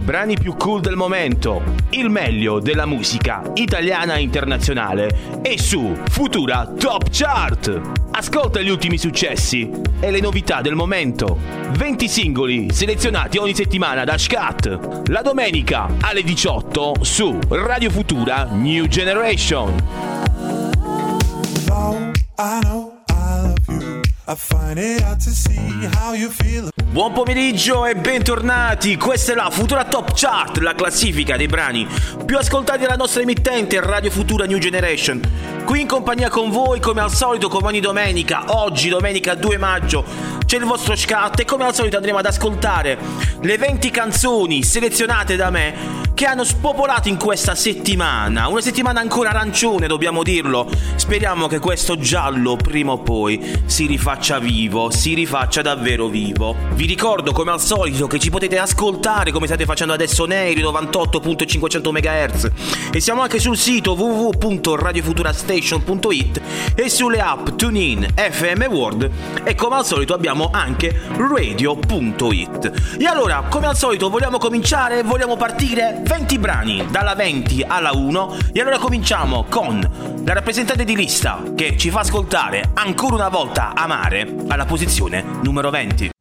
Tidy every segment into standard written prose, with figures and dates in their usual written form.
brani più cool del momento, il meglio della musica italiana e internazionale è su Futura Top Chart. Ascolta gli ultimi successi e le novità del momento. 20 singoli selezionati ogni settimana da Scat. La domenica alle 18 su Radio Futura New Generation. Buon pomeriggio e bentornati, questa è la Futura Top Chart, la classifica dei brani più ascoltati dalla nostra emittente Radio Futura New Generation. Qui in compagnia con voi come al solito, come ogni domenica. Oggi domenica 2 maggio c'è il vostro Scat e come al solito andremo ad ascoltare le 20 canzoni selezionate da me che hanno spopolato in questa settimana. Una settimana ancora arancione, dobbiamo dirlo. Speriamo che questo giallo prima o poi si rifaccia vivo, si rifaccia davvero vivo. Vi ricordo come al solito che ci potete ascoltare come state facendo adesso nei 98.500 MHz e siamo anche sul sito www.radiofuturastation.it e sulle app TuneIn, FM World e come al solito abbiamo anche radio.it. E allora, come al solito, vogliamo cominciare? Vogliamo partire? 20 brani, dalla 20 alla 1. E allora cominciamo con la rappresentante di lista che ci fa ascoltare ancora una volta Amare alla posizione numero 20.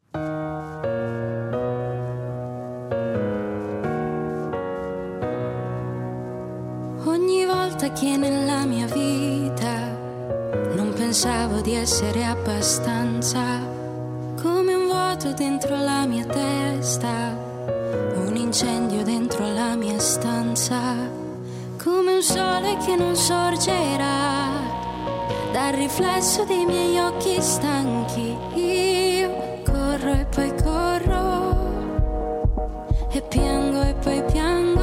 Ogni volta che nella mia vita non pensavo di essere abbastanza, come un vuoto dentro la mia testa, un incendio dentro la mia stanza, come un sole che non sorgerà dal riflesso dei miei occhi stanchi. Io corro e poi corro e piango e poi piango.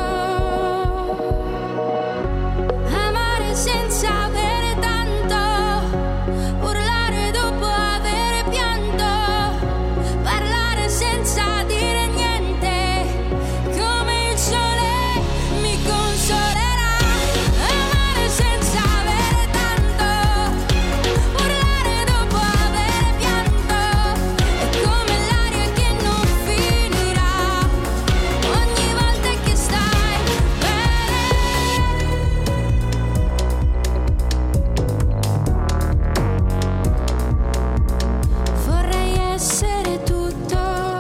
Amare senza avere tanto, urlare dopo avere pianto, parlare senza dire niente, come il sole mi consolerà. Amare senza avere tanto, urlare dopo avere pianto, è come l'aria che non finirà ogni volta che stai bene. Vorrei essere tutto,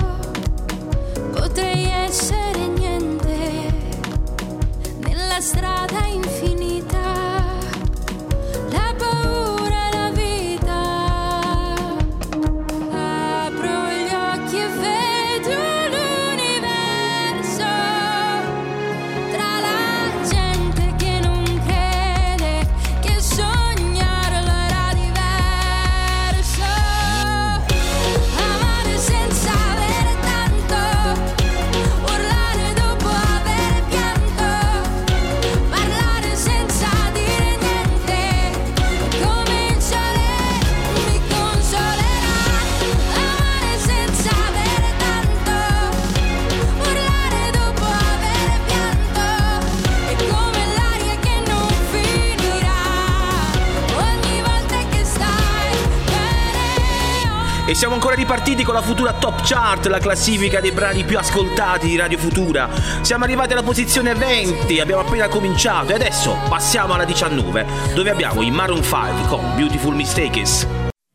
potrei essere niente, nella strada infinita, la paura e la vita. Apro gli occhi e vedo l'universo, tra la gente che non crede che sognarlo era diverso. Amare senza avere tanto, urlare dopo avere pianto, parlare senza dire niente, come il sole mi consolerà. Amare senza avere tanto, urlare dopo avere pianto, è come l'aria che non finirà ogni volta che stai bene. E siamo ancora ripartiti con la Futura Top Chart, la classifica dei brani più ascoltati di Radio Futura. Siamo arrivati alla posizione 20, abbiamo appena cominciato e adesso passiamo alla 19, dove abbiamo i Maroon 5 con Beautiful Mistakes.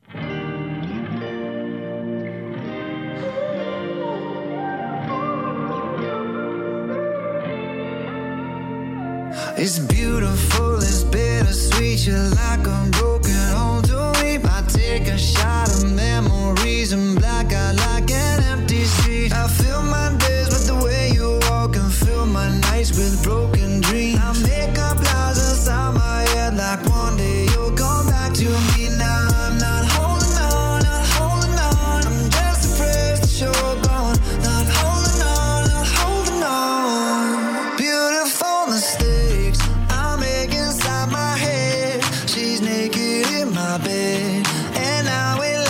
It's beautiful, it's bittersweet. You're like a broken home to me. I take a shot of memories and black out like an empty street. I fill my days with the way you walk and fill my nights with broken dreams. I make up lies inside my head like one day you'll come back to me. Now I'm not holding on, not holding on. I'm just depressed that you're gone. Not holding on, not holding on. Beautiful mistakes I make inside my head. She's naked in my bed and now we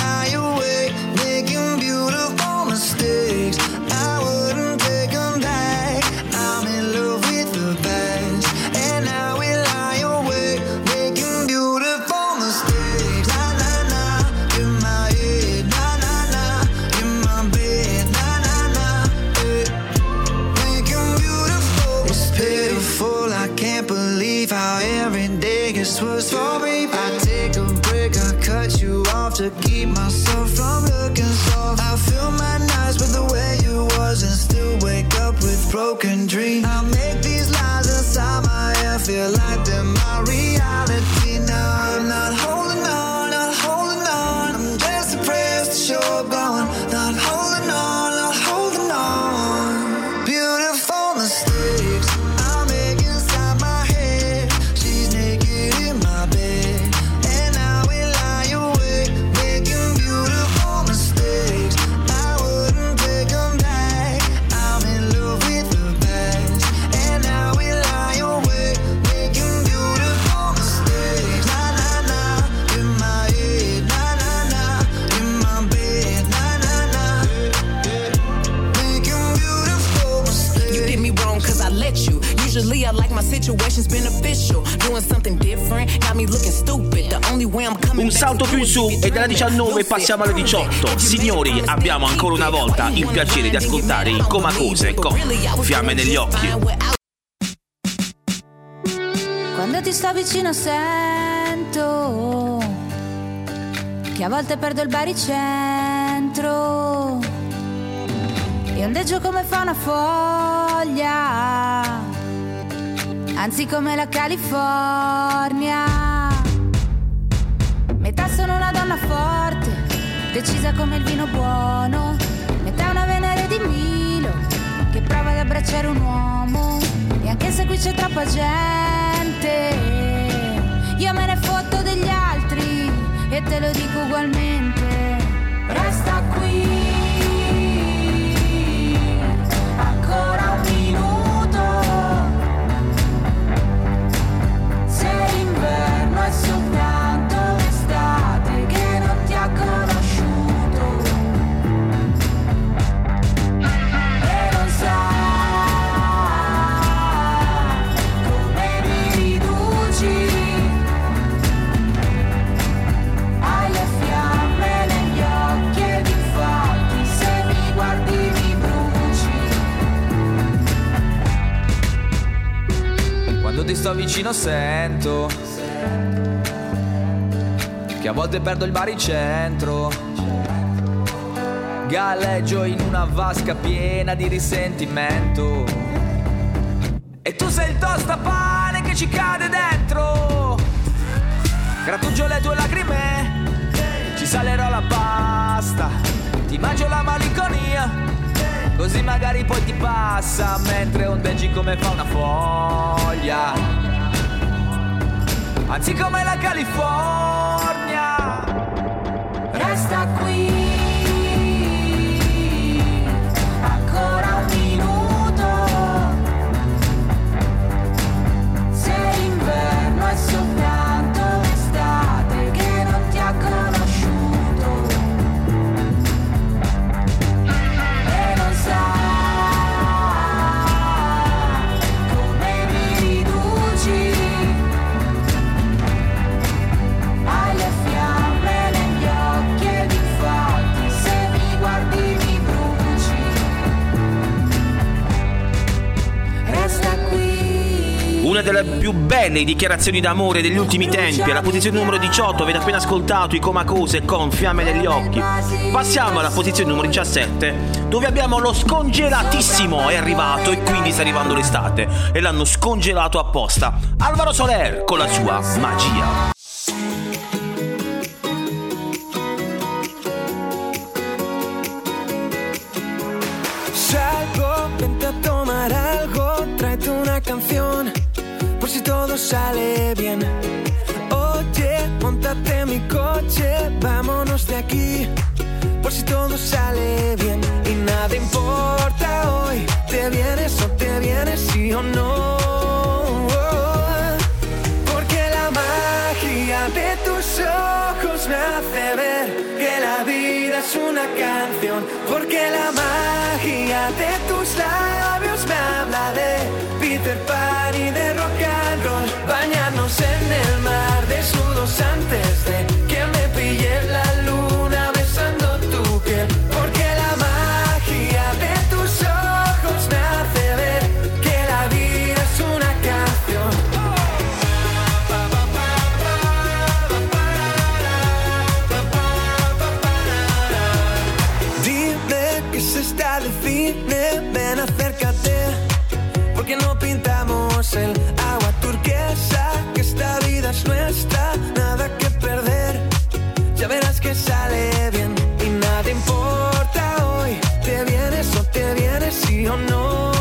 this was for me. I take a break, I cut you off to keep myself from looking soft. I fill my nights with the way you was and still wake up with broken dreams. I make these lies inside my head feel like they're my reality. Now I'm not holding on, not holding on. I'm just depressed, the show gone. Not holding on, not holding on. Beautiful mistakes I make inside my head. She's naked in my bed, and now we lie awake, making beautiful mistakes. I wouldn't take them back. I'm in love with the past, and now we lie awake, making beautiful mistakes. Na na na, in my head, na na na, in my bed, na na na, making beautiful mistakes. You did me wrong cause I let you. Usually I like my situations beneficial. Doing something different got me looking stupid. The only way I'm coming. Un salto più in su e dalla 19 passiamo alle 18. Signori, abbiamo ancora una volta il piacere di ascoltare i Comacose con Fiamme negli occhi. Quando ti sto vicino sento che a volte perdo il baricentro e ondeggio come fa una foglia, anzi come la California. Metà sono una donna forte, decisa come il vino buono, metà una Venere di Milo che prova ad abbracciare un uomo. E anche se qui c'è troppa gente, io me ne fotto degli altri e te lo dico ugualmente. Resta qui ancora un minuto, se l'inverno è soltanto l'estate che non ti ha conosciuto e non sai come mi riduci. Hai le fiamme negli occhi ed infatti se mi guardi mi bruci. Quando ti sto vicino sento che a volte perdo il baricentro, galleggio in una vasca piena di risentimento e tu sei il tostapane che ci cade dentro. Grattugio le tue lacrime, ci salerò la pasta, ti mangio la malinconia, così magari poi ti passa mentre ondeggi come fa una foglia, anzi come la California. Resta qui ancora un minuto, se l'inverno è soltanto l'estate che non ti ha conosciuto e non sai come mi riduci. Hai le fiamme negli occhi ed infatti se mi guardi mi bruci. Resta qui. Una delle più belle dichiarazioni d'amore degli ultimi tempi. Alla posizione numero 18 avete appena ascoltato i Comacose con Fiamme negli occhi. Passiamo alla posizione numero 17, dove abbiamo lo scongelatissimo è arrivato e quindi sta arrivando l'estate e l'hanno scongelato apposta. Alvaro Soler con la sua magia. Salgo, vente a tomar algo, tráete una canción, por si todo sale bien. Oye, móntate en mi coche, vámonos de aquí, por si todo sale bien. Y nada importa hoy, te vienes o te vienes, sí o no. Porque la magia de tus ojos me hace ver que la vida es una canción. Porque la magia de tus labios me habla de Peter Pan y de rock and roll. Bañarnos en el mar desnudos antes de que me pille la luna besando tu piel. Porque la magia de tus ojos me hace ver que la vida es una canción. acércate, porque no pintamos el agua turquesa, que esta vida es nuestra, nada que perder, ya verás que sale bien y nada importa hoy, te vienes o te vienes, sí o no,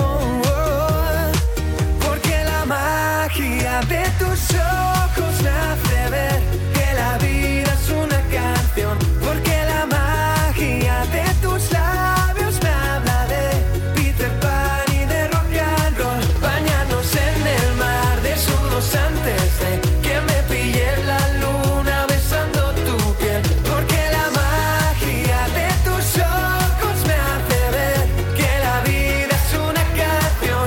porque la magia de tus ojos me hace ver que la vida es una canción, porque la magia de tus labios me habla de Peter Pan y de rock and roll, bañarnos en el mar desnudos antes de que me pille la luna besando tu piel, porque la magia de tus ojos me hace ver que la vida es una canción.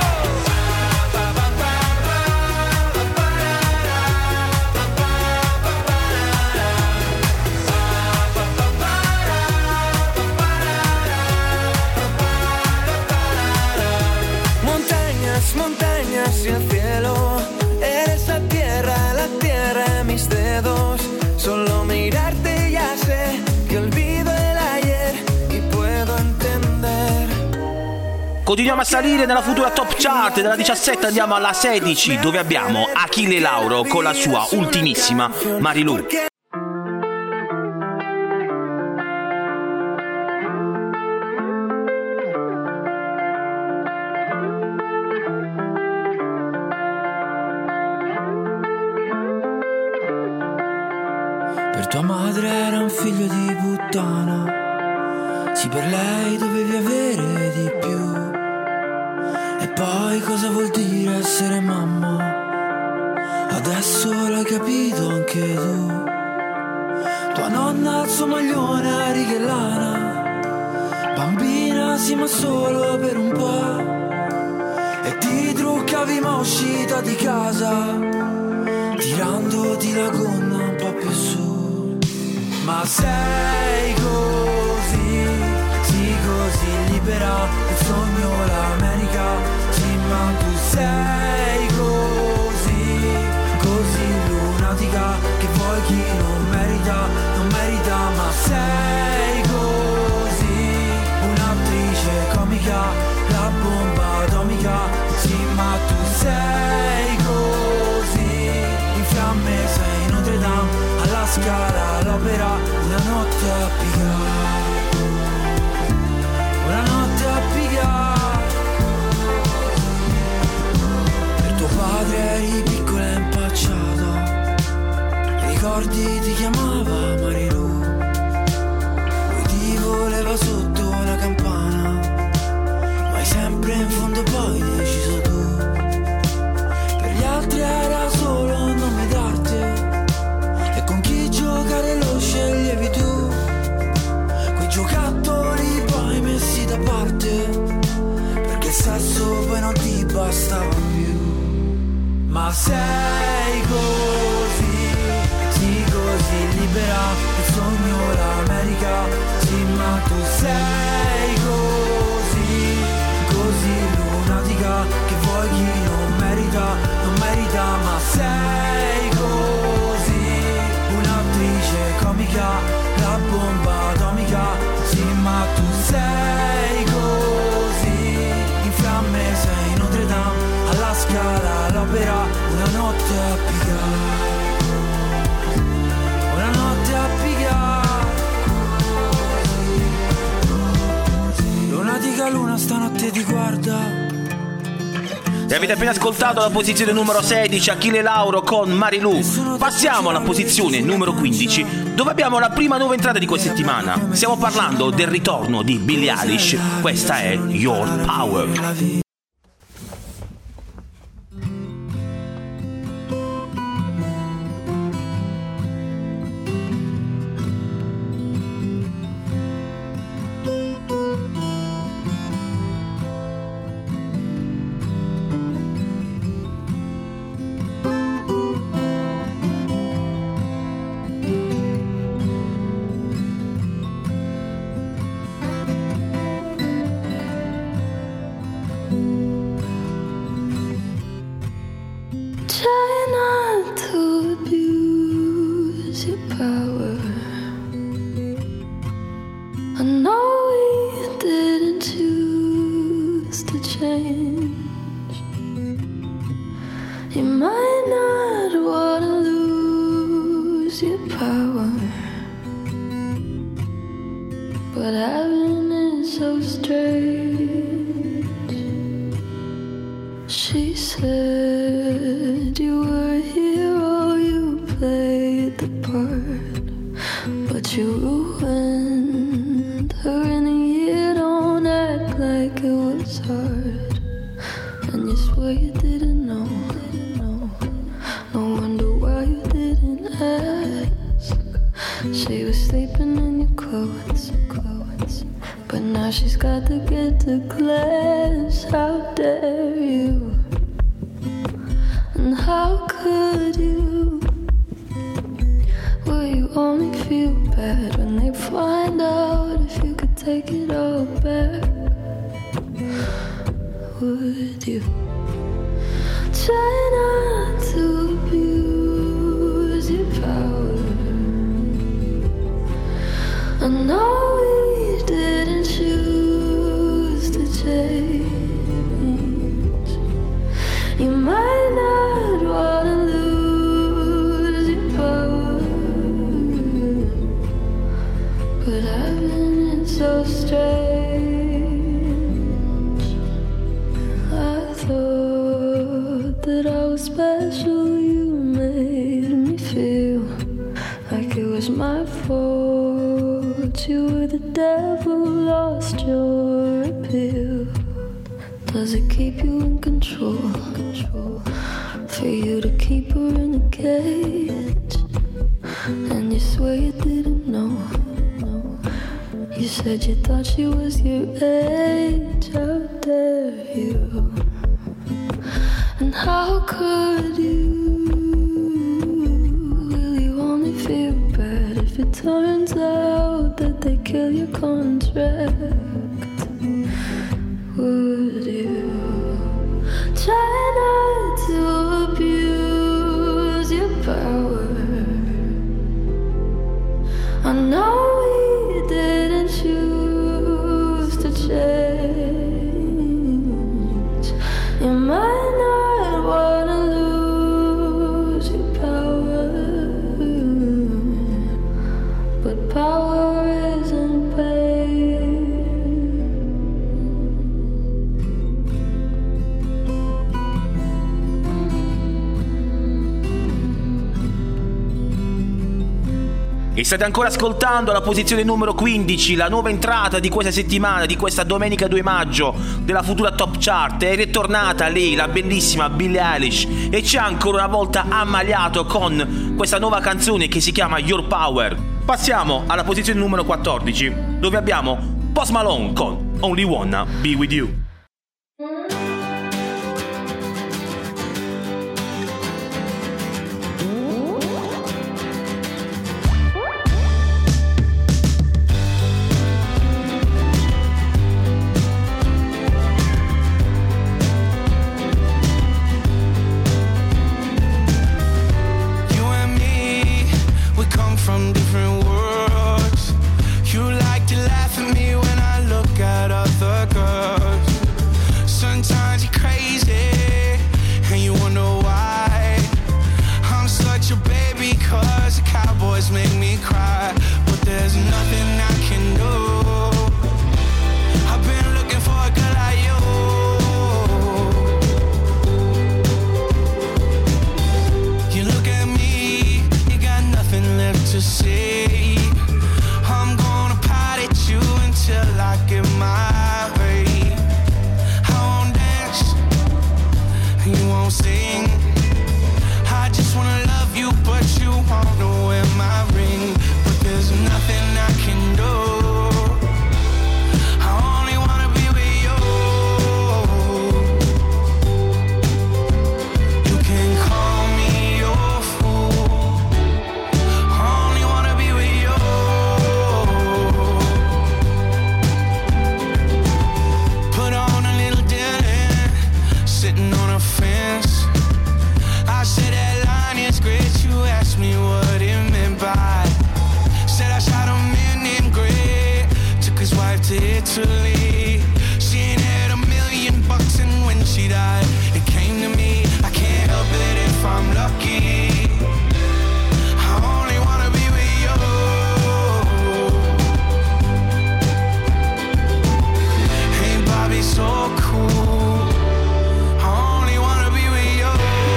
Montañas, montañas y el cielo, eres la tierra en mis dedos, solo mirarte ya sé que olvido el ayer y puedo entender. Continuiamo a salire nella futura top chart. Dalla 17 andiamo alla 16, dove abbiamo Achille Lauro con la sua ultimissima Marilu. Per tua madre era un figlio di puttana, sì, per lei dovevi avere di più. E poi cosa vuol dire essere mamma? Adesso l'hai capito anche tu. Tua nonna al suo maglione a righe lana, bambina sì ma solo per un po', e ti truccavi ma uscita di casa, tirandoti la gonna un po' più su. Ma sei così, sì così libera, il sogno l'America, sì ma tu sei così, così lunatica, che vuoi chi non merita, non merita, ma sei così, un'attrice comica, la bomba atomica, sì ma tu sei così, in fiamme sei Notre Dame, alla Scala all'opera, una notte a pigliare, una notte a pigliare. Per tuo padre eri piccola e impacciata, ricordi ti chiamava Marilu, lui ti voleva sotto una campana, ma hai sempre in fondo poi deciso tu. Per gli altri era solo un nome d'arte, e con chi giocare lo sceglievi tu. Quei giocattoli poi messi da parte, perché il sesso poi non ti bastava più. Ma sei così, sì così libera, il sogno l'America, sì ma tu sei così, così lunatica, che vuoi chi non merita, non merita, ma sei così, un'attrice comica, la bomba atomica, sì ma tu sei così, in fiamme sei Notre Dame, alla Scala all'opera, una notte a pigliare, una notte a pigliare. Lunatica luna stanotte ti guarda. E avete appena ascoltato la posizione numero 16, Achille Lauro con Marilu. Passiamo alla posizione numero 15, dove abbiamo la prima nuova entrata di questa settimana. Stiamo parlando del ritorno di Billie Eilish. Questa è Your Power. I know we didn't choose. change. You might not wanna lose your power, but having it so strange. She said you were a hero, you played the part, but you ruined her in a year. Don't act like it was hard, and you swear you didn't know. No wonder why you didn't ask. She was sleeping in your clothes, but now she's got to get to class. How dare you? And how could you? Will you only feel bad when they find out if you could take it all back? Would you try not to abuse your power? I know we didn't choose to change. You might not wanna lose your power, but having it so strange. I thought that I was special. You made me feel like it was my fault. You were the devil, lost your appeal. Does it keep you in control? For you to keep her in a cage, and you swear you didn't know. You said you thought she was your age. How dare you? And how could you? Will you only feel bad if it turns out that they kill your contract? Would you try not to abuse your power? I know we didn't choose to change. You might not wanna lose your power, but power isn't pain. E state ancora ascoltando la posizione numero 15, la nuova entrata di questa settimana, di questa domenica 2 maggio della Futura Top Chart. È ritornata lei, la bellissima Billie Eilish, e ci ha ancora una volta ammaliato con questa nuova canzone che si chiama Your Power. Passiamo alla posizione numero 14, dove abbiamo Post Malone con Only Wanna Be With You. Italy. She ain't had $1 million I'm lucky. I only wanna be with you. Hey Bobby, so cool. I only wanna be with you.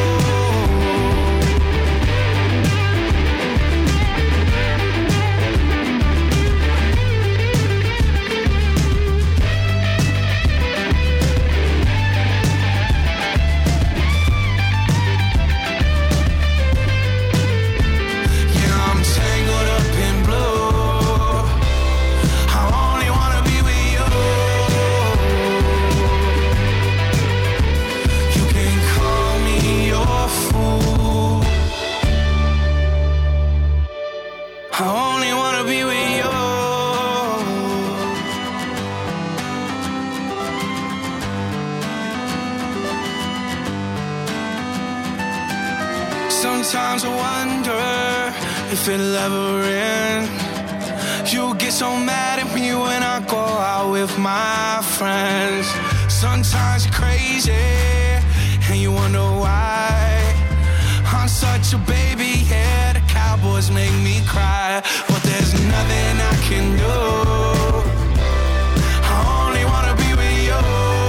Sometimes I wonder if it'll ever end. You get so mad at me when I go out with my friends. Sometimes you're crazy and you wonder why. I'm such a baby, yeah, the Cowboys make me cry. But there's nothing I can do. I only wanna be with you.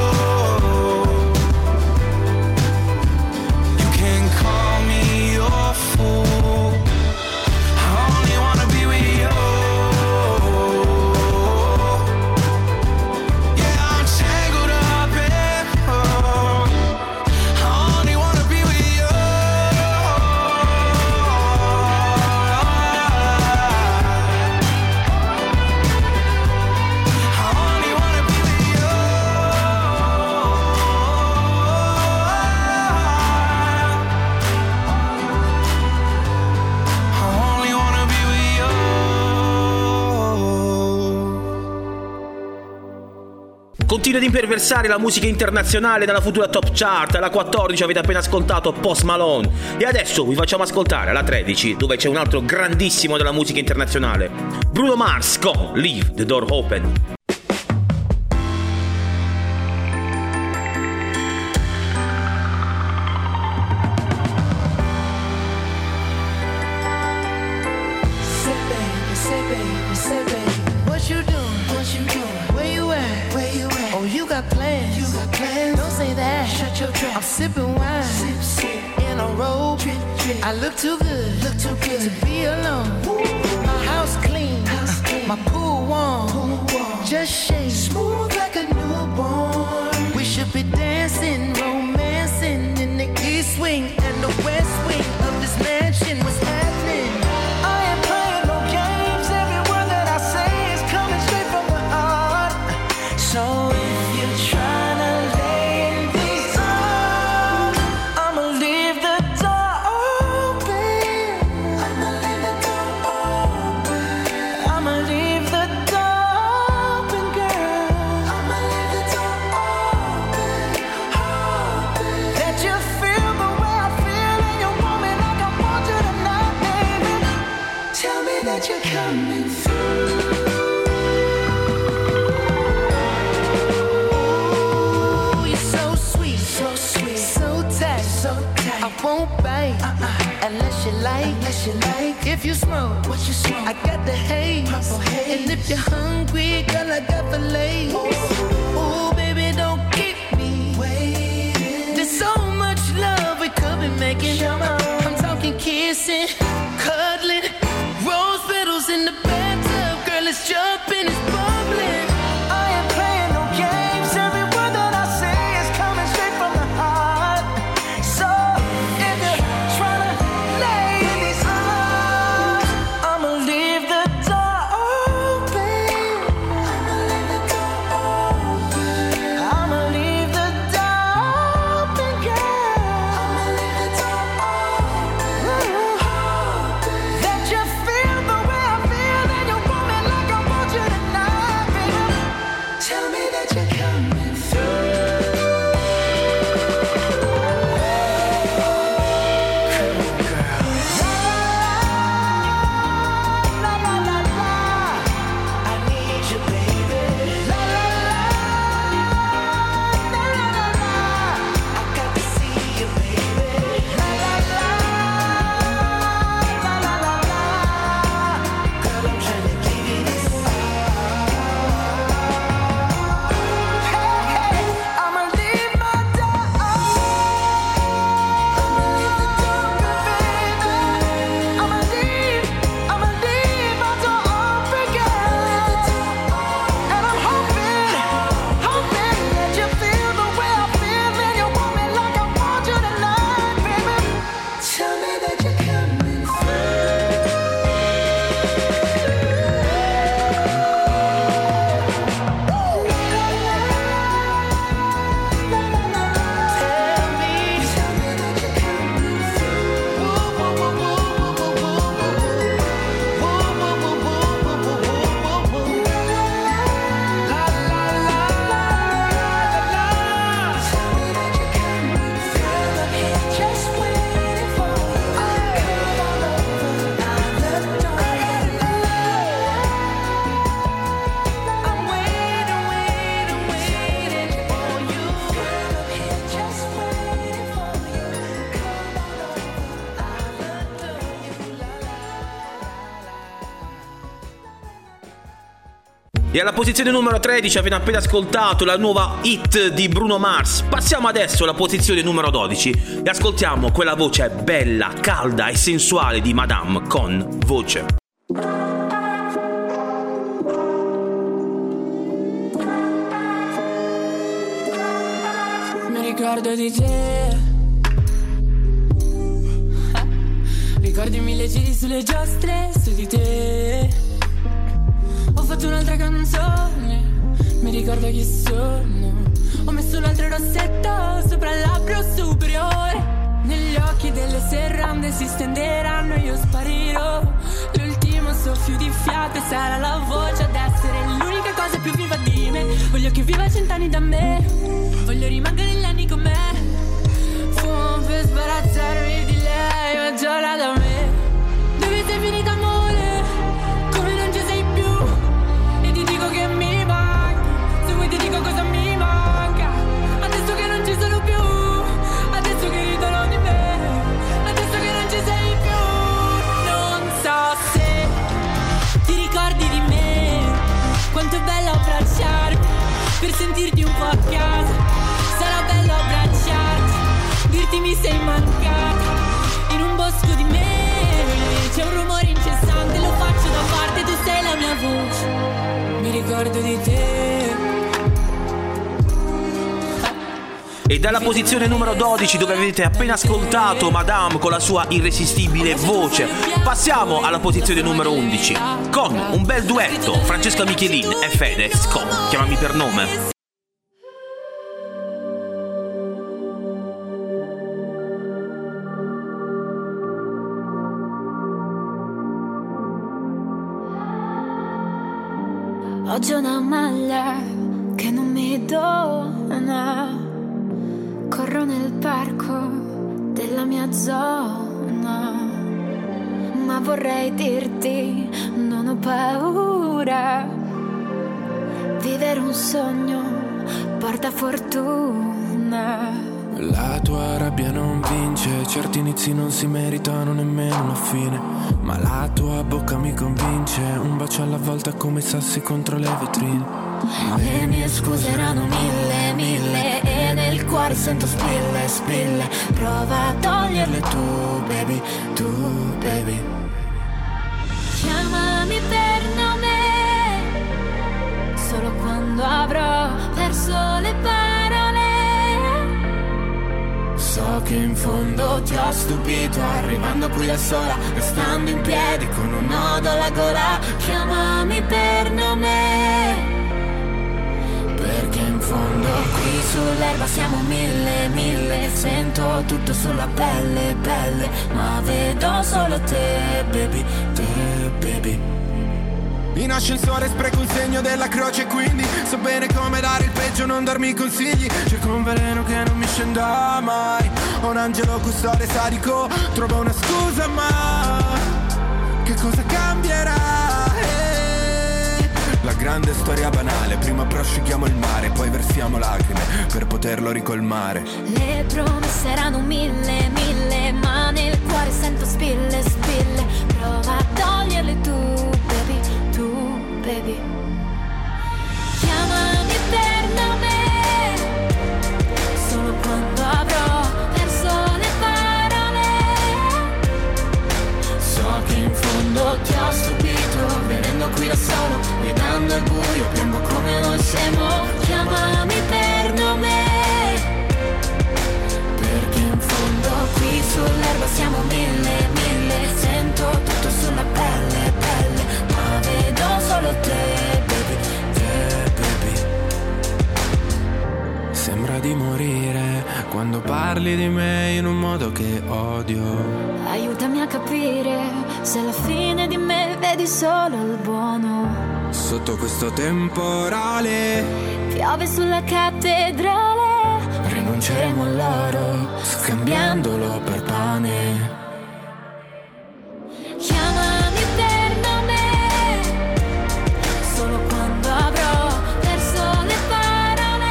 You can call me your fool. I only wanna be with you. Yeah, I'm tangled up in you. I only wanna be with you. I only wanna be with you. I only wanna be with you. Continua ad imperversare la musica internazionale dalla Futura Top Chart. Alla 14 avete appena ascoltato Post Malone. E adesso vi facciamo ascoltare alla 13, dove c'è un altro grandissimo della musica internazionale, Bruno Mars con Leave the Door Open. Say baby, what you doing? What you doing? Where you at? Where you at? Oh, you got plans. You got plans. Don't say that. Shut your trap. I'm sipping wine. Sip, sip. In a robe. Drip, drip. I look too good. Look too good to be alone. My house clean. House clean. My pool warm. Pool warm. Just shake. Smooth like a newborn. We should be dancing, romancing in the east wing and the west wing of this mansion. What's happening? I ain't playing no games. Every word that I say is coming straight from the heart. So if you're trying to lay in these arms, I'ma leave the door open. I'ma leave the door open. I'ma leave the door open, girl. I'ma leave the door open, open. Let you feel the way I feel and you want me like I want you tonight, baby. Tell me that you're coming through. Ooh, you're so sweet, so tight, I won't bite unless you like. If you smoke, what you smoke? I got the haze. Purple haze. And if you're hungry, girl, I got the lace. Ooh, baby, don't keep me waiting. There's so much love we could be making. I'm talking kissing, cuddling, rose petals in the bathtub. Girl, it's jumping, it's bubbling. I ain't playing no games. Every word that I say is coming straight from the heart. So if you're trying to lay in these arms, I'ma leave the door open. I'ma leave the door open. I'ma leave the door open, girl. I'ma leave the door open. Let you feel the way I feel and you want me like I want you tonight, baby. Tell me that you're coming through. La la la la, I need you, baby. La la la, la la la la, I got to see you, baby. La la la, E alla posizione numero 13 avete appena ascoltato la nuova hit di Bruno Mars. Passiamo adesso alla posizione numero 12 e ascoltiamo quella voce bella, calda e sensuale di Madame con Voce. Mi ricordo di te, ricordi mille giri sulle giostre su di te. Ho fatto un'altra canzone, mi ricordo chi sono. Ho messo un altro rossetto sopra il labbro superiore. Negli occhi delle serrande si stenderanno e io sparirò. L'ultimo soffio di fiato e sarà la voce ad essere l'unica cosa più viva di me. Voglio che viva 100 anni da me, voglio rimanere gli anni con me. Fumo per sbarazzarmi di lei, ma giorna da me. Dove sei finita amore? Come non ci sei più? E ti dico che mi manca, se vuoi ti dico cosa mi manca. Adesso che non ci sono più, adesso che ridono di me, adesso che non ci sei più. Non so se ti ricordi di me, quanto è bello abbracciarmi, per sentirti un po' a casa. Sarà bello abbracciarti, dirti mi sei mancata. In un bosco di me c'è un rumore incessante, lo faccio da parte, tu sei la mia voce. Mi ricordo di te. E dalla posizione numero 12, dove avete appena ascoltato Madame con la sua irresistibile voce, passiamo alla posizione numero 11 con un bel duetto, Francesca Michelin e Fedez con Chiamami per nome. Oggi ho una maglia che non mi dona, corro nel parco della mia zona, ma vorrei dirti non ho paura. Vivere un sogno porta fortuna. La tua rabbia non vince, certi inizi non si meritano nemmeno una fine, ma la tua bocca mi convince, un bacio alla volta come sassi contro le vetrine. Le mie scuse erano mille e nel cuore sento spille. Prova a toglierle tu baby. Chiamami per nome, solo quando avrò perso le parole. So che in fondo ti ho stupito, arrivando qui da sola, restando in piedi con un nodo alla gola. Chiamami per nome, perché in fondo qui sull'erba siamo mille. Sento tutto sulla pelle, ma vedo solo te, baby. in ascensore spreco un segno della croce, quindi so bene come dare il peggio, non darmi consigli. Cerco un veleno che non mi scenda mai, ho un angelo custode sadico, trovo una scusa ma che cosa cambierà? La grande storia banale, prima prosciughiamo il mare, poi versiamo lacrime per poterlo ricolmare. Le promesse erano mille, ma nel cuore sento spille. Prova a toglierle tu, baby. Chiamami per nome, solo quando avrò perso le parole. So che in fondo ti ho stupito, venendo qui da solo, guidando il buio, piombo come noi siamo. Chiamami per nome, perché in fondo qui sull'erba siamo mille. Sento tutto sulla pelle, ma vedo solo te, baby. Sembra di morire quando parli di me in un modo che odio. Aiutami a capire se alla fine di me vedi solo il buono. Sotto questo temporale piove sulla cattedrale, rinunceremo all'oro scambiandolo per pane. Chiamami per nome, solo quando avrò perso le parole.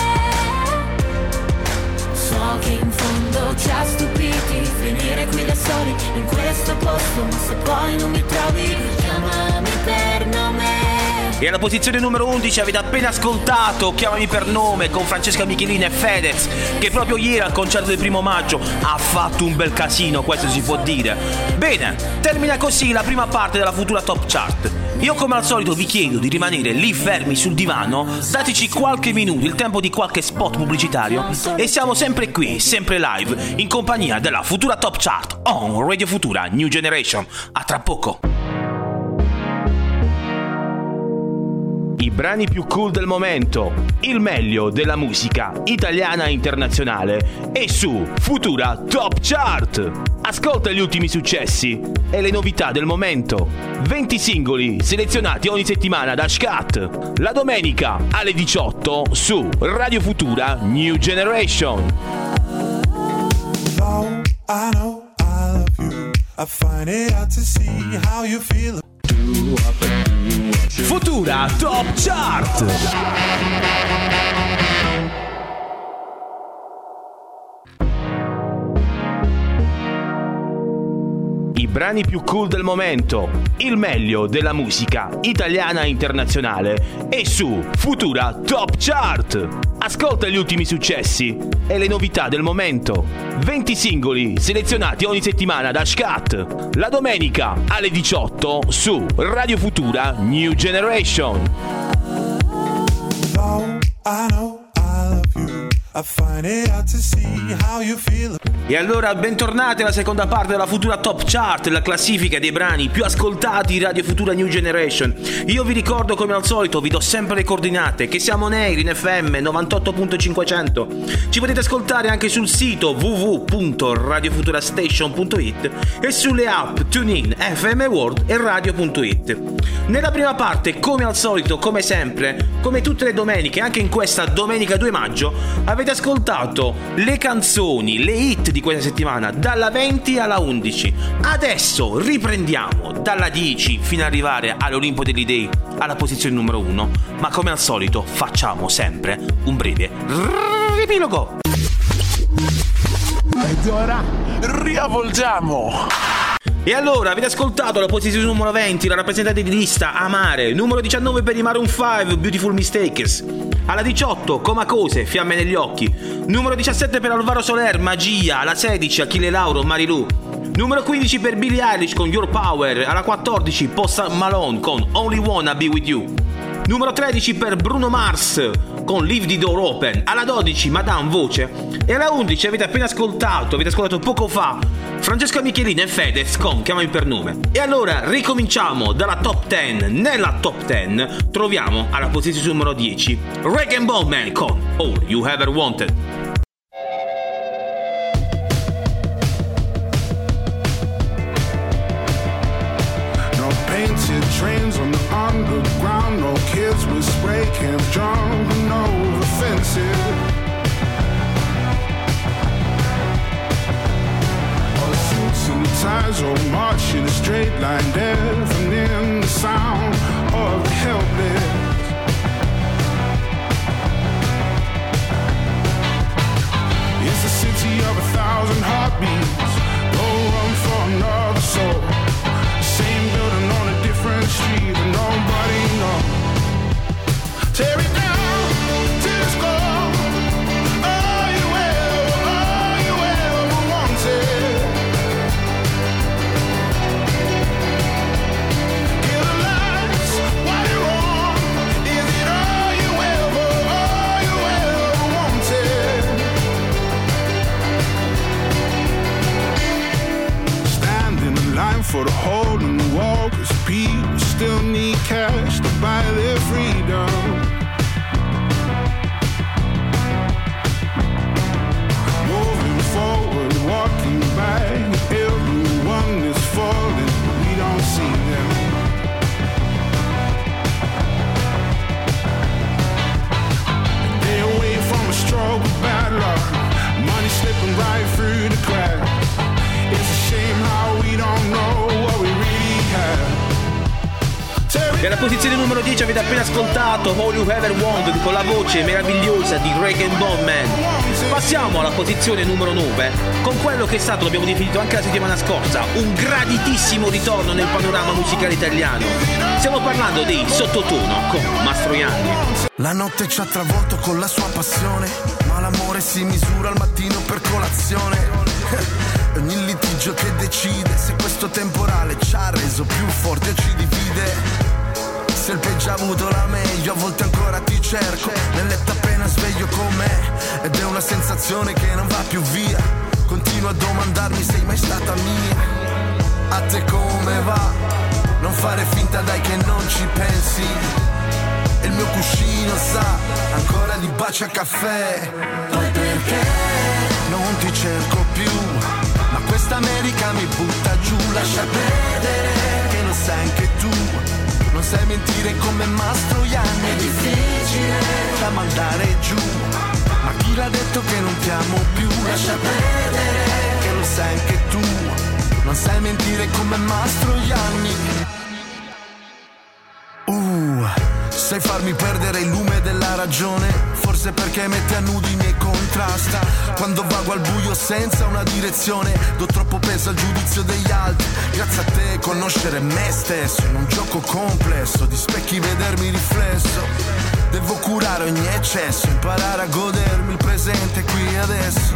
So che in fondo ci ha stupiti finire qui da soli in questo posto, ma se poi non mi trovi chiamami per nome. E alla posizione numero 11 avete appena ascoltato Chiamami per nome con Francesca Michelin e Fedez, che proprio ieri al concerto del 1 maggio ha fatto un bel casino, questo si può dire. Bene, termina così la prima parte della Futura Top Chart. Io come al solito vi chiedo di rimanere lì fermi sul divano, dateci qualche minuto, il tempo di qualche spot pubblicitario, e siamo sempre qui, sempre live, in compagnia della Futura Top Chart on Radio Futura New Generation. A tra poco. I brani più cool del momento, il meglio della musica italiana e internazionale è su Futura Top Chart. Ascolta gli ultimi successi e le novità del momento. 20 singoli selezionati ogni settimana da Scat. La domenica alle 18 su Radio Futura New Generation. I know I love you. I find it hard to see how you feel. Futura Top Chart. I brani più cool del momento, il meglio della musica italiana e internazionale è su Futura Top Chart. Ascolta gli ultimi successi e le novità del momento. 20 singoli selezionati ogni settimana da Scat. La domenica alle 18 su Radio Futura New Generation. I know I love you. I find it hard to see how you feel. E allora bentornati alla seconda parte della Futura Top Chart, la classifica dei brani più ascoltati di Radio Futura New Generation. Io vi ricordo come al solito, vi do sempre le coordinate, che siamo Air in FM 98.500. Ci potete ascoltare anche sul sito www.radiofuturastation.it e sulle app TuneIn, FM World e Radio.it. Nella prima parte, come al solito, come sempre, come tutte le domeniche, anche in questa domenica 2 maggio, avete ascoltato le canzoni, le hit di questa settimana dalla 20 alla 11. Adesso riprendiamo dalla 10 fino ad arrivare all'Olimpo degli Dei, alla posizione numero 1, ma come al solito facciamo sempre un breve riepilogo. Ed ora riavvolgiamo. E allora avete ascoltato la posizione numero 20, la rappresentante di lista Amare, numero 19 per i Maroon 5, Beautiful Mistakes. Alla 18 Comacose, Fiamme negli occhi. Numero 17 per Alvaro Soler, Magia. Alla 16 Achille Lauro, Marilu. Numero 15 per Billie Eilish con Your Power. Alla 14 Post Malone con Only Wanna Be With You. Numero 13 per Bruno Mars con Leave the Door Open. Alla 12 Madame Voce. E alla 11 avete ascoltato poco fa Francesca Michelin e Fedez con Chiamami per nome. E allora ricominciamo dalla top 10. Nella top 10 troviamo alla posizione numero 10 Rag & Bone Man con All You Ever Wanted. No painted trains on the underground. No kids with spray cans jumping over fences. And ties all march in a straight line, deafening the sound of the helpless. It's a city of 1,000 heartbeats. No room for another soul. Same building on a different street, but nobody knows. Tear it down to its core. All you ever wanted. For the hole in the wall, 'cause people still need cash to buy their freedom. Moving forward, walking back, everyone is falling, we don't see them. They away from a stroke of bad luck, money slipping right through the cracks. It's a shame how we don't know what we really have. E alla posizione numero 10 avete appena ascoltato All You Ever Wanted con la voce meravigliosa di Rag and Bone Man. Passiamo alla posizione numero 9 con quello che è stato, l'abbiamo definito anche la settimana scorsa, un graditissimo ritorno nel panorama musicale italiano. Stiamo parlando dei Sottotono con Mastroianni. La notte ci ha travolto con la sua passione, ma l'amore si misura al mattino per colazione. Ogni litigio che decide se questo temporale ci ha reso più forti o ci divide. Se il peggio ha avuto la meglio, a volte ancora ti cerco nel letto appena sveglio con me, ed è una sensazione che non va più via. Continuo a domandarmi, sei mai stata mia? A te come va? Non fare finta dai che non ci pensi. Il mio cuscino sa ancora di baci a caffè. Poi perché non ti cerco più? Ma questa America mi butta giù. Lascia perdere che lo sai anche tu. Non sai mentire come Mastroianni. È difficile da mandare giù. Ma chi l'ha detto che non ti amo più? Lascia perdere che lo sai anche tu. Non sai mentire come Mastroianni. Sai farmi perdere il lume della ragione, forse perché mette a nudo i miei contrasta. Quando vago al buio senza una direzione, do troppo peso al giudizio degli altri. Grazie a te conoscere me stesso, in un gioco complesso di specchi vedermi riflesso. Devo curare ogni eccesso, imparare a godermi il presente qui e adesso.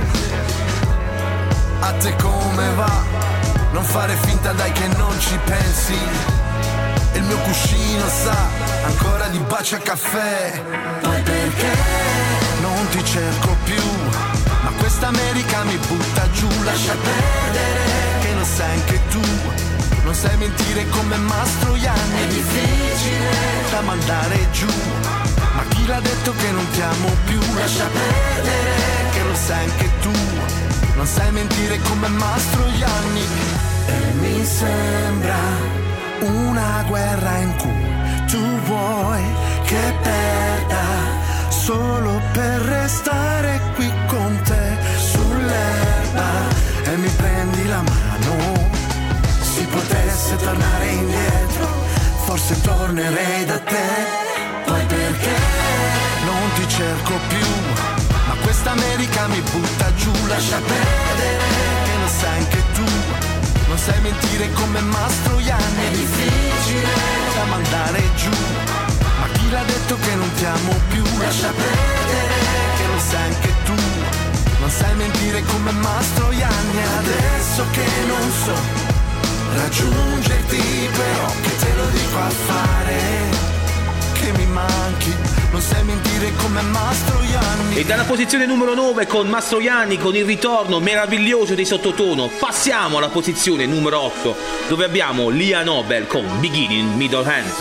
A te come va? Non fare finta dai che non ci pensi. Il mio cuscino sa ancora di baci a caffè. Poi perché non ti cerco più? Ma questa America mi butta giù. Lascia perdere che lo sai anche tu. Non sai mentire come Mastroianni. È difficile da mandare giù. Ma chi l'ha detto che non ti amo più? Lascia perdere che lo sai anche tu. Non sai mentire come Mastroianni. E mi sembra una guerra in cui tu vuoi che perda solo per restare qui con te sull'erba e mi prendi la mano. Si potesse tornare indietro, forse tornerei da te. Poi perché non ti cerco più? Ma questa America mi butta giù. Lascia perdere che lo sai anche tu. Non sai mentire come Mastroianni. È difficile da mandare giù. Ma chi l'ha detto che non ti amo più? Lascia perdere che lo sai anche tu. Non sai mentire come Mastroianni. Adesso che non so raggiungerti, però che te lo dico a fare. Che mi manchi, non sai mentire come Mastroianni. E dalla posizione numero 9 con Mastroianni, con il ritorno meraviglioso dei Sottotono, passiamo alla posizione numero 8 dove abbiamo Lia Nobel con Beginning Middle Hand.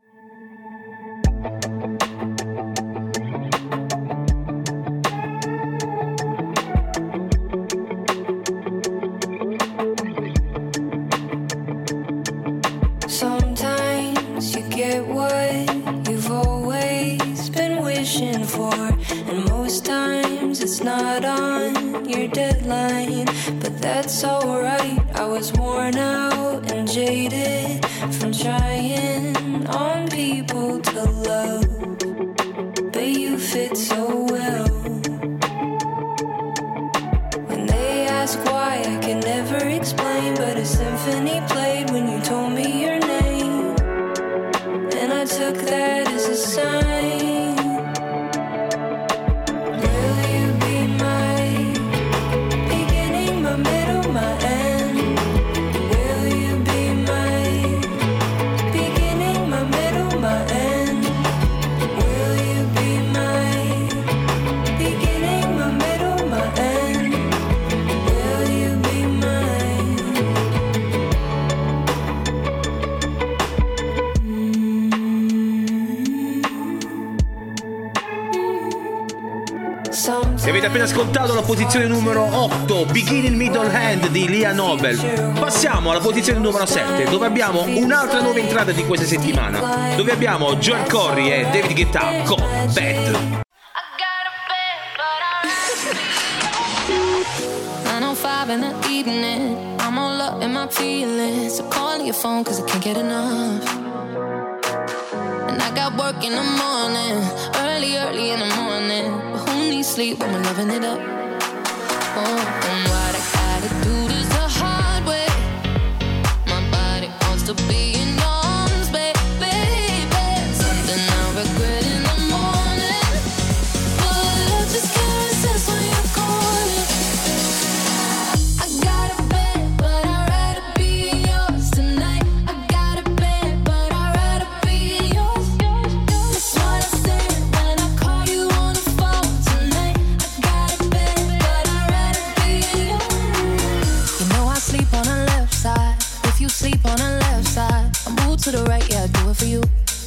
Sometimes you get what you've always been wishing for, and most times it's not on your deadline, but that's alright. I was worn out and jaded from trying on people to love, but you fit so well. When they ask why, I can never explain, but a symphony played when you told me your name, and I took that as a sign. Will you be my beginning, my middle, my end? Will you be my beginning, my middle, my end? Will you be my beginning, my middle, my end? Will you be mine? E avete appena ascoltato la posizione numero 8, Beginning Middle Hand di Lia Nobel. Passiamo alla posizione numero 7, dove abbiamo un'altra nuova entrata di questa settimana, dove abbiamo Joel Corry e David Guetta con Bad. 9:05 in the evening, I'm all up in my feelings, so calling your phone cause I can't get enough. got work in the morning, early in the morning. But who needs sleep when we're loving it up? Oh, and what I gotta do this the hard way. My body wants to be in arms, baby. Something I regret in the morning, but I just can't resist when you're calling. I got a bed, but I'd rather be yours tonight. I got a bed, but I'd rather be yours. That's what I said when I call you on the phone tonight. I got a bed, but I'd rather be yours. You know I sleep on the left side. If you sleep on the left side, I move to the right, yeah, I do it for you.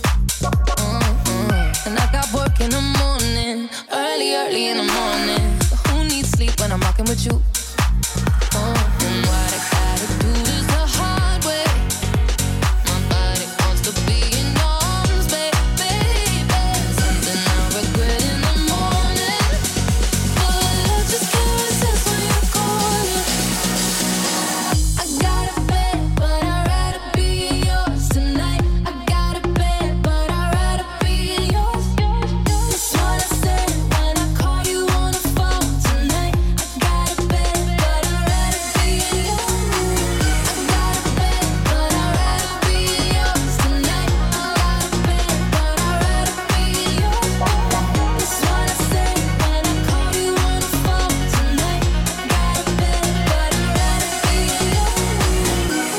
And I got work in the morning, early in the morning. But who needs sleep when I'm rocking with you? And what I gotta do is the hard way. My body wants to be in arms, baby. Something I regret in the morning, but I just can't resist when you're calling. I got a bed, but I'd rather be yours tonight. I got a bed, but I'd rather be yours. That's what I said when I call you on the phone tonight. I got a bed, but I'd rather be yours. I got a bed, but I'd rather be yours tonight. I got a bed, but I'd rather be yours. That's what I said when I call you on the phone tonight. I got a bed, but I'd rather be yours.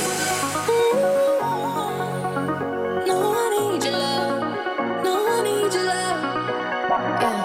No, I need your love. No, I need your love. Yeah.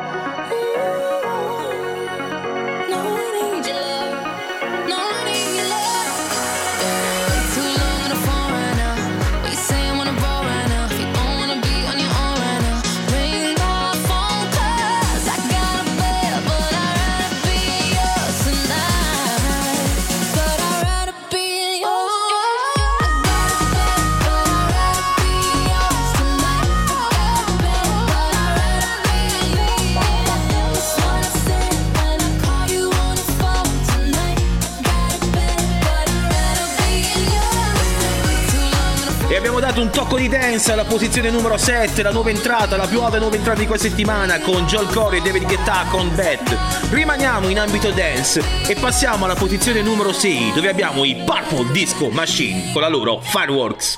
No, I need your love. No, I need your love. Too long on the phone right now. What you saying wanna roll right now? If you don't wanna be on your own right now, ring my phone 'cause I got a bed, but I'd rather be yours tonight. But I'd rather be yours. I got a bed, but I'd rather be yours tonight. I got a bed, but I'd rather be yours. That's what I said when I call you on the phone tonight. I got a bed, but I'd rather be yours. Too long on the phone. E abbiamo dato un tocco di dance alla posizione numero 7, la nuova entrata, la più alta nuova entrata di questa settimana con Joel Corey e David Guetta con Bad. Rimaniamo in ambito dance e passiamo alla posizione numero 6, dove abbiamo i Purple Disco Machine con la loro Fireworks.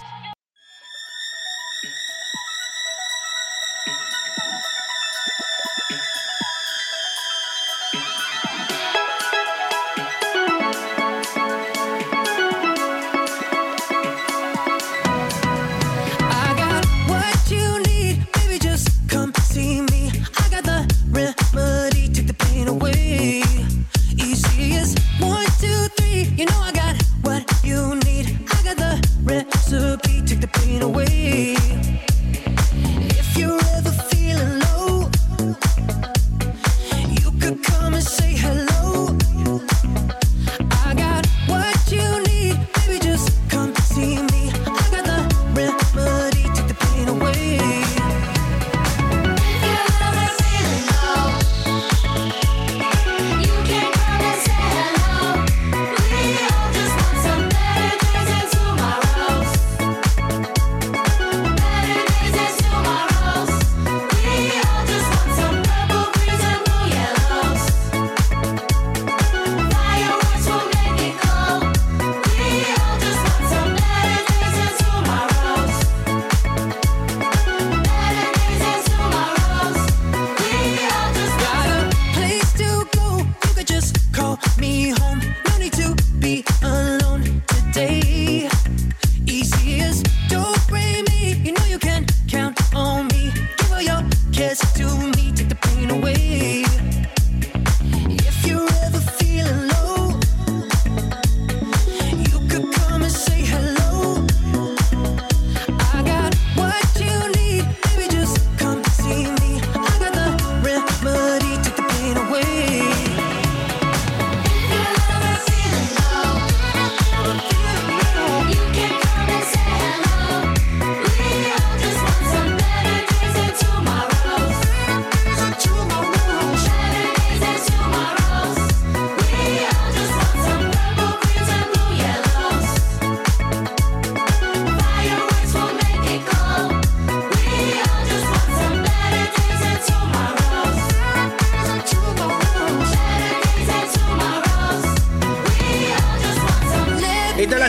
I got what you need, baby, just come see me. I got the remedy, take the pain away. Easy as 1, 2, 3, you know I got what you need. I got the recipe.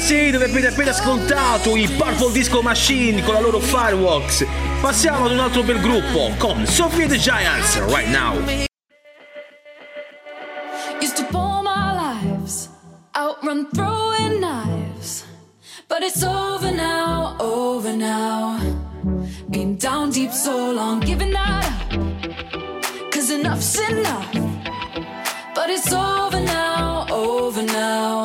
Sì, dove avete appena ascoltato i Purple Disco Machine con la loro Fireworks. Passiamo ad un altro bel gruppo con Sophie the Giants, Right Now. Used to pour my lives, outrun throwing knives, but it's over now, over now. Been down deep so long, giving that up, 'cause enough's enough, but it's over now, over now.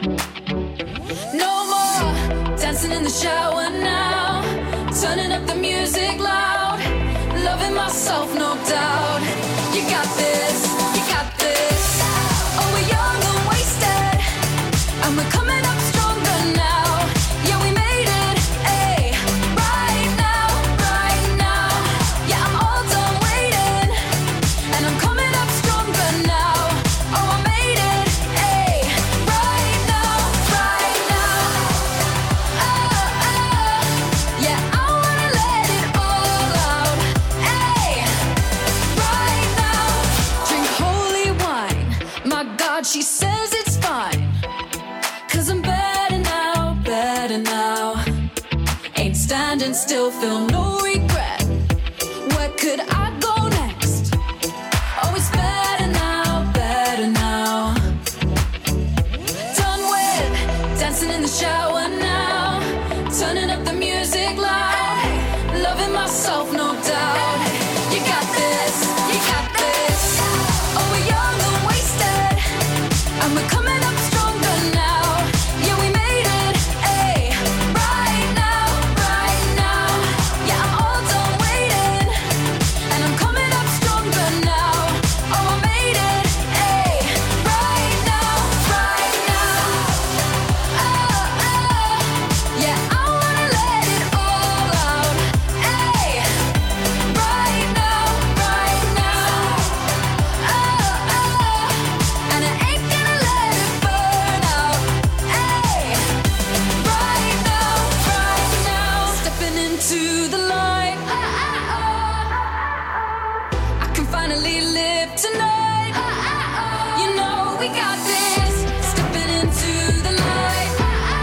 No more dancing in the shower now, turning up the music loud, loving myself, no doubt. You got this, you got this. Oh, we're young and wasted, and we're coming up stronger now. Yeah, we made it, ayy, right now, right now. Yeah, I'm all done waiting, and I'm coming up stronger now. Oh, I made it, ayy, right now, right now. Oh, oh, yeah, I wanna let it all out, ayy, right now. Drink holy wine, my God, she says it's fine, 'cause I'm better now, better now. Ain't standing still, feel no regret. Where could I go next? Oh, it's better now, better now. Done with dancing in the shower now, turning up the music loud, loving myself, no doubt. You got this, you got this. Oh, we're young and wasted, and we're coming up stronger now. Yeah, we made it, ayy, right now, right now. Yeah, I'm all done waiting, and I'm coming up stronger now. Oh, I made it, ayy, right now, right now. Oh, oh, yeah, I wanna let it all out, ayy, right now, right now. Oh, oh, and I ain't gonna let it burn out, ayy, right now, right now. Stepping into the light, I can finally live tonight. You know we got this. Stepping into the light,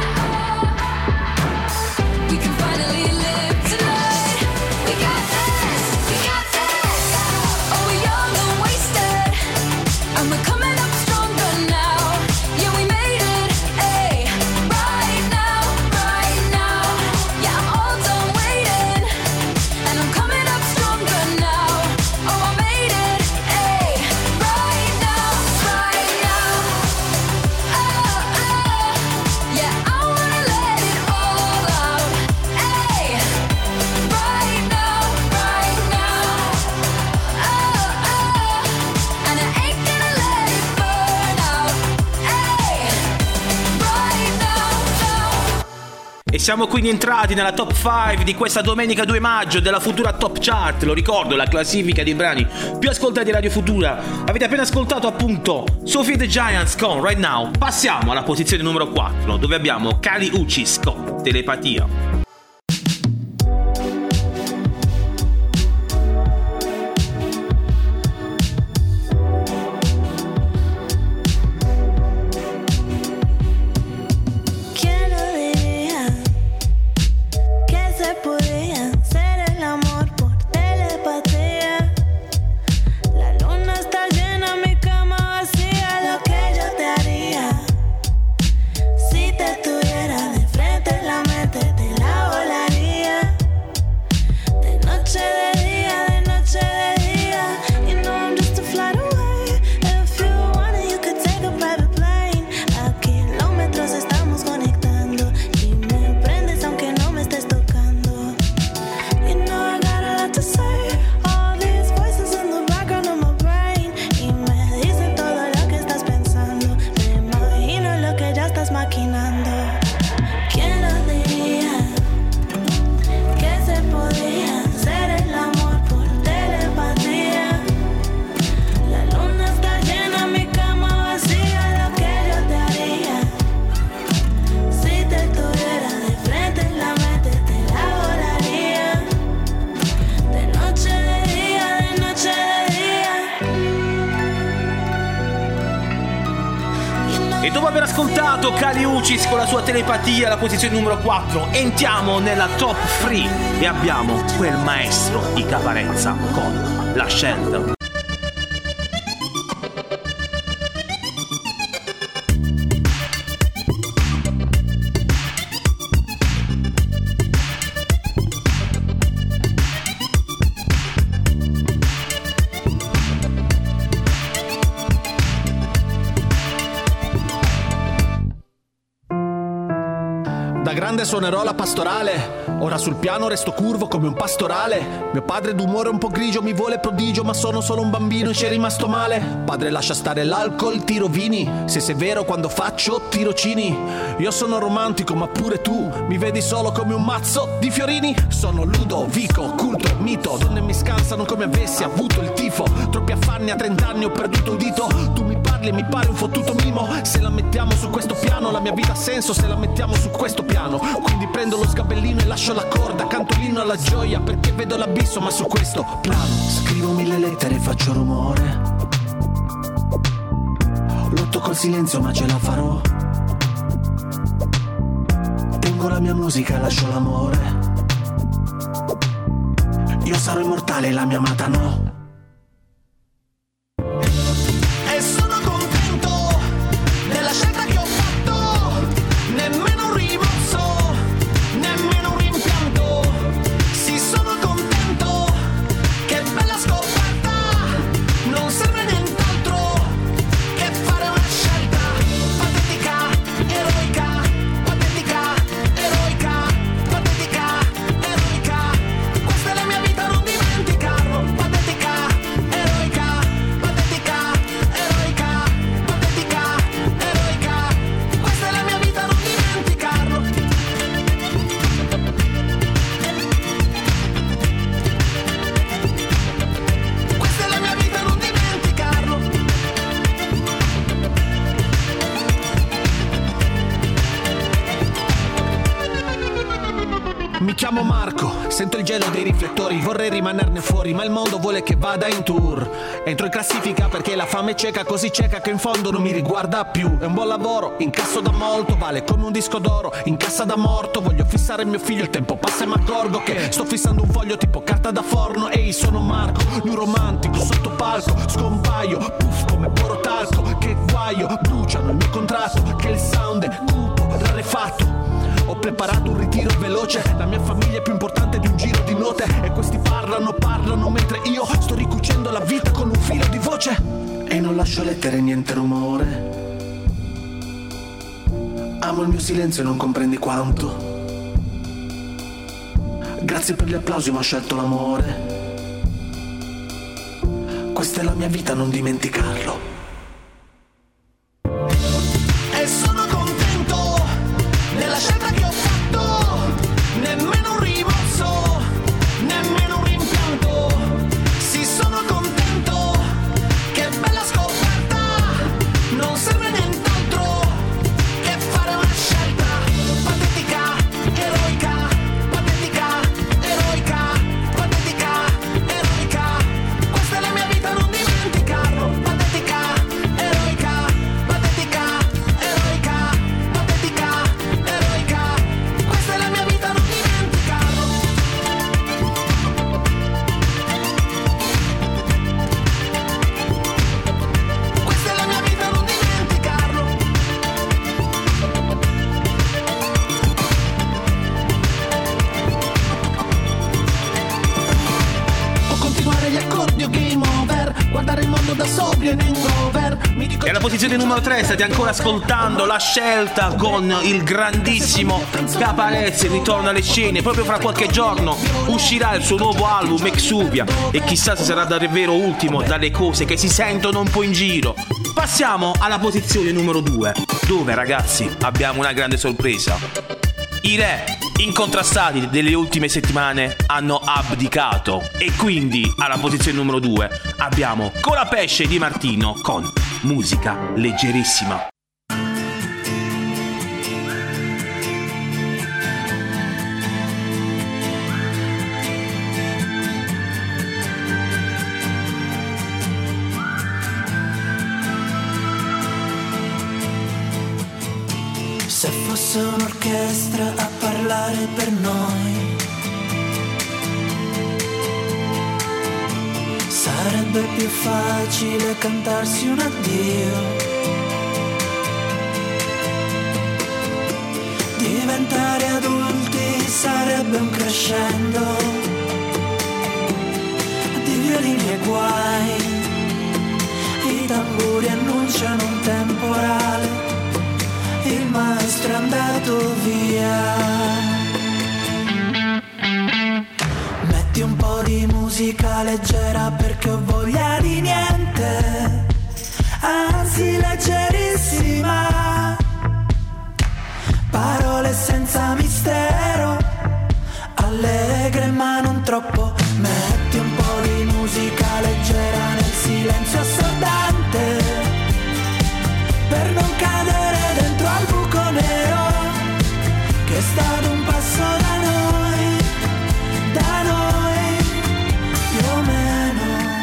we can finally live tonight. We got this, we got this. Oh, we're young and wasted, and we're coming up stronger now. Yeah, we made it, ayy, right now, right now. Yeah, I'm all done waiting, and I'm coming up stronger now. Oh, I made it, ayy, right now, right now. Oh, oh, yeah, I wanna let it all out, ayy, right now, right now. Oh, oh, and I ain't gonna let it burn out, ayy, right now. E siamo quindi entrati nella top 5 di questa domenica 2 maggio della Futura Top Chart. Lo ricordo, la classifica dei brani più ascoltati di Radio Futura. Avete appena ascoltato appunto Sophie the Giants con Right Now. Passiamo alla posizione numero 4, dove abbiamo Kali Uchis con Telepatia. ¿Quién lo diría que se podía hacer el amor por telepatía? La luna está llena, mi cama vacía, lo que yo te haría si te tuviera de frente, la mente te la E dopo aver ascoltato Kali Uchis con la sua telepatia alla posizione numero 4, entriamo nella top 3 e abbiamo quel maestro di Caparezza con La Scelta. Da grande suonerò la pastorale, ora sul piano resto curvo come un pastorale. Mio padre d'umore un po' grigio mi vuole prodigio, ma sono solo un bambino e ci è rimasto male. Padre lascia stare l'alcol, tiro vini, se sei vero quando faccio tirocini. Io sono romantico ma pure tu mi vedi solo come un mazzo di fiorini. Sono Ludovico, culto, mito, donne mi scansano come avessi avuto il tifo. Troppi affanni a 30 anni ho perduto un dito, tu mi parli e mi pare un fottuto mimo. Se la mettiamo su questo piano la mia vita ha senso, se la mettiamo su questo piano. Quindi prendo lo sgabellino e lascio la corda, canto l'inno alla gioia perché vedo l'abisso, ma su questo piano scrivo 1000 lettere e faccio rumore. Lotto col silenzio ma ce la farò. Tengo la mia musica e lascio l'amore. Io sarò immortale e la mia amata no. E sono contento della scelta che ho fatto, nemmeno un rimorso, nemmeno un rimpianto. Sì, sono contento, che bella scoperta, non serve nient'altro che fare una scelta patetica, eroica, patetica, eroica, patetica, eroica. Questa è la mia vita, non dimenticarlo. Patetica, eroica, patetica, eroica, patetica, eroica. Questa è la mia vita, non dimenticarlo. Questa è la mia vita, non dimenticarlo. Mi chiamo Marco, sento il gelo dei riflettori, vorrei rimanerne fuori, ma il mondo vuole che vada in tour. Entro in classifica perché la fame è cieca, così cieca che in fondo non mi riguarda più. È un buon lavoro, incasso da molto, vale come un disco d'oro, in cassa da morto. Voglio fissare mio figlio, il tempo passa e mi accorgo che sto fissando un foglio tipo carta da forno. Ehi, sono Marco, un romantico sotto palco, scompaio, puff come borotalco. Che guaio, bruciano il mio contratto, che il sound è cupo, rarefatto. Ho preparato un ritiro veloce, la mia famiglia è più importante di un giro di note. E questi parlano mentre io sto ricucendo la vita con un filo di voce. E non lascio lettere, niente rumore. Amo il mio silenzio e non comprendi quanto. Grazie per gli applausi ma ho scelto l'amore. Questa è la mia vita, non dimenticarlo. E sono contento della scelta che ho fatto, nemmeno un rimorso, nemmeno un rimpianto. Sì, sono contento, che bella scoperta, non serve nient'altro che fare una scelta patetica, eroica, patetica, eroica, patetica, eroica. Questa è la mia vita, non dimenticarlo. Patetica, eroica, patetica, eroica, patetica, eroica. Questa è la mia vita, non dimenticarlo. Questa è la mia vita, non dimenticarlo. O continuare gli accordi o game over, guardare il mondo da sobrio in hangover. Mi dico E alla posizione numero 3 state ancora ascoltando La Scelta con il grandissimo Caparezza. Ritorna alle scene, proprio fra qualche giorno uscirà il suo nuovo album Exuvia, e chissà se sarà davvero ultimo dalle cose che si sentono un po' in giro. Passiamo alla posizione numero 2, dove ragazzi abbiamo una grande sorpresa. I re incontrastati delle ultime settimane hanno abdicato, e quindi alla posizione numero 2 abbiamo Colapesce Di Martino con Musica Leggerissima. fosse un'orchestra a parlare per noi, sarebbe più facile cantarsi un addio. Diventare adulti sarebbe un crescendo di violini e guai. I tamburi annunciano un temporale, il maestro è andato via. Metti un po' di musica leggera perché ho voglia di niente, anzi leggerissima. Parole senza mistero, allegre ma non troppo. Metti un po' di musica leggera nel silenzio assordante, per non cadere dentro al buco nero che è stato un passo da noi più o meno.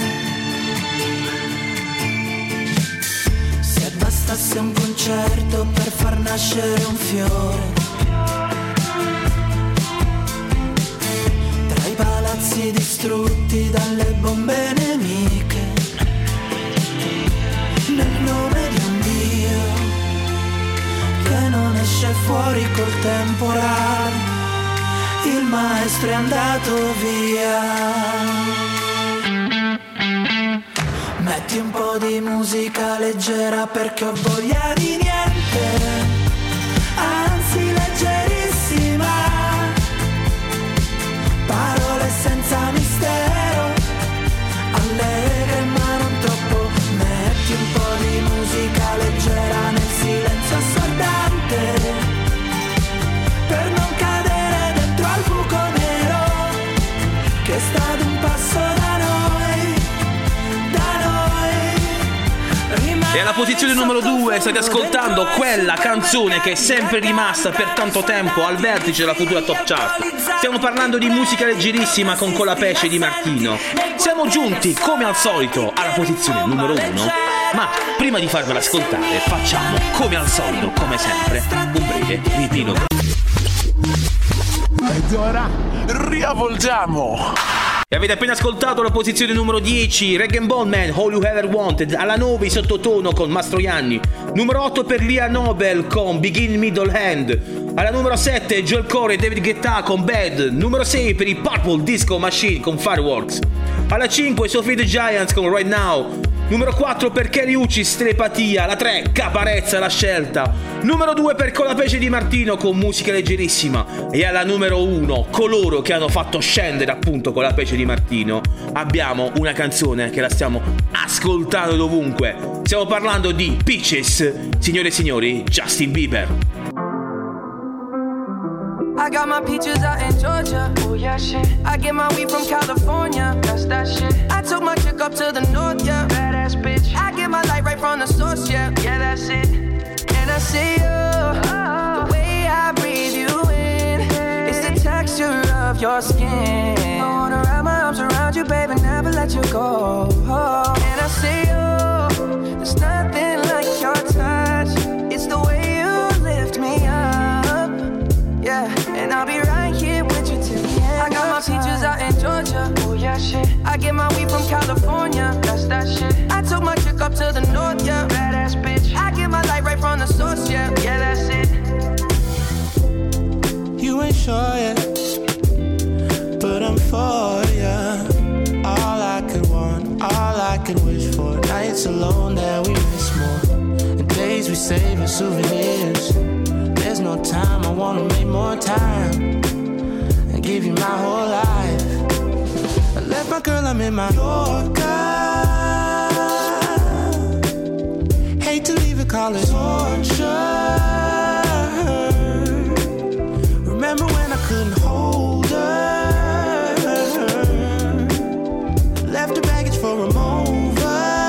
Se bastasse un concerto per far nascere un fiore, tra i palazzi distrutti dalle bombe nemiche, nel nome di un Dio che non esce fuori col temporale, il maestro è andato via. Metti un po' di musica leggera perché ho voglia di niente, anzi leggerissima. Parole senza mistero, allegre ma non troppo. Metti un po' di musica leggera nel silenzio assordante, per non cadere dentro al buco nero che è stato un passo da noi. E alla posizione numero 2 state ascoltando quella canzone che è sempre rimasta per tanto tempo al vertice della futura top chart. Stiamo parlando di musica leggerissima con Colapesce di Martino. Siamo giunti come al solito alla posizione numero 1, ma prima di farvela ascoltare facciamo come al solito, come sempre, un breve riepilogo. Ed ora riavvolgiamo. E avete appena ascoltato la posizione numero 10, Rag & Bone Man, All You Ever Wanted. Alla 9 Sottotono con Mastroianni. Numero 8 per Lia Nobel con Begin Middle Hand. Alla numero 7 Joel Corey e David Guetta con Bad. Numero 6 per i Purple Disco Machine con Fireworks. Alla 5 Sophie the Giants con Right Now. Numero 4 per Kelly Uchis, Telepatia. La 3 Caparezza, La Scelta. Numero 2 per Colapesce di Martino con Musica Leggerissima. E alla numero 1, coloro che hanno fatto scendere appunto Colapesce di Martino, abbiamo una canzone che la stiamo ascoltando dovunque. Stiamo parlando di Peaches, signore e signori, Justin Bieber. I got my peaches out in Georgia. Oh yeah, shit. I get my weed from California. That's that shit. I took my chick up to the north, yeah. Badass bitch. I get my light right from the source, yeah. Yeah, that's it. And I see you, the way I breathe you in. It's the texture of your skin. I wanna wrap my arms around you, baby, never let you go. And I see you, there's nothing like your touch. It's the way you lift me up. Yeah, and I'll be right here with you till the end. I got my peaches out in Georgia. Oh yeah, shit. I get my weed from California. That's that shit. I took my chick up to the north, yeah. Badass bitch. I get my light right from the source, yeah. Yeah, that's it. You ain't sure yet, but I'm for ya. All I could want, all I could wish for. Nights alone that we miss more, and days we save as souvenirs. There's no time, I wanna make more time and give you my whole life. I left my girl, I'm in my Yorker. Hate to leave it, call it torture. Remember when I couldn't hold her? Left her baggage for a mover.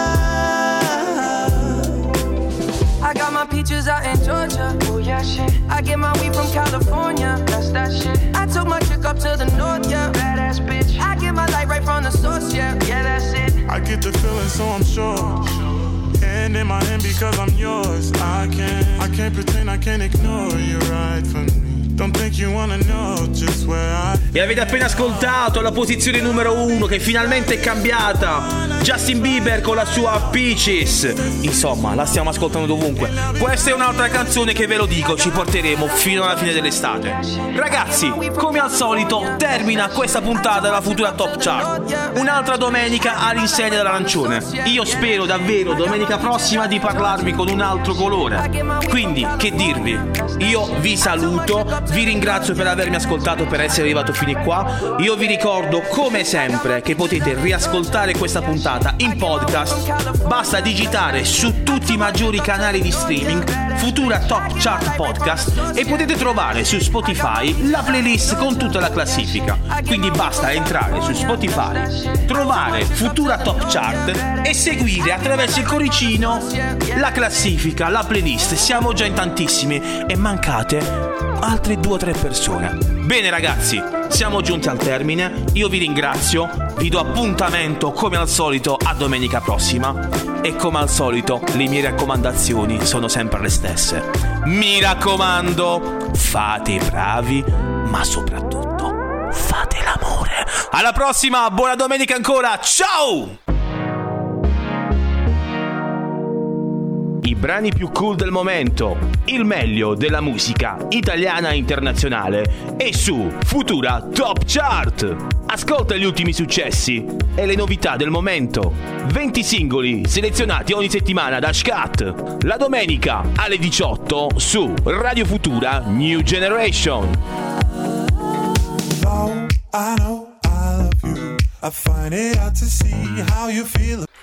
I got my peaches out in Georgia. Oh yeah, shit. I get my weed from California. That's that shit. I took my chick up to the north, yeah. Badass bitch. I get my light right from the source, yeah. Yeah, that's it. I get the feeling, so I'm sure. hand in my hand because I'm yours. I can't pretend, I can't ignore you right from me. Don't think you wanna know just where I... E avete appena ascoltato la posizione numero 1 che finalmente è cambiata. Justin Bieber con la sua Peaches. Insomma, la stiamo ascoltando dovunque. Questa è un'altra canzone che, ve lo dico, ci porteremo fino alla fine dell'estate. Ragazzi, come al solito termina questa puntata della Futura Top Chart. Un'altra domenica all'insegna dell'arancione. Io spero davvero domenica prossima di parlarvi con un altro colore. Quindi, che dirvi? Io vi saluto, vi ringrazio per avermi ascoltato, per essere arrivato fino a qua. Io vi ricordo come sempre che potete riascoltare questa puntata in podcast. Basta digitare su tutti i maggiori canali di streaming Futura Top Chart Podcast e potete trovare su Spotify la playlist con tutta la classifica. Quindi basta entrare su Spotify, trovare Futura Top Chart e seguire attraverso il cuoricino la classifica, la playlist. Siamo già in tantissimi e mancate altre 2 o 3 persone. Bene ragazzi, siamo giunti al termine. Io vi ringrazio, vi do appuntamento come al solito a domenica prossima e come al solito le mie raccomandazioni sono sempre le stesse. Mi raccomando, fate i bravi, ma soprattutto fate l'amore. Alla prossima, buona domenica ancora, ciao! I brani più cool del momento, il meglio della musica italiana e internazionale è su Futura Top Chart. Ascolta gli ultimi successi e le novità del momento. 20 singoli selezionati ogni settimana da Scat. La domenica alle 18 su Radio Futura New Generation. I know I love you. I find it hard to see how you feel.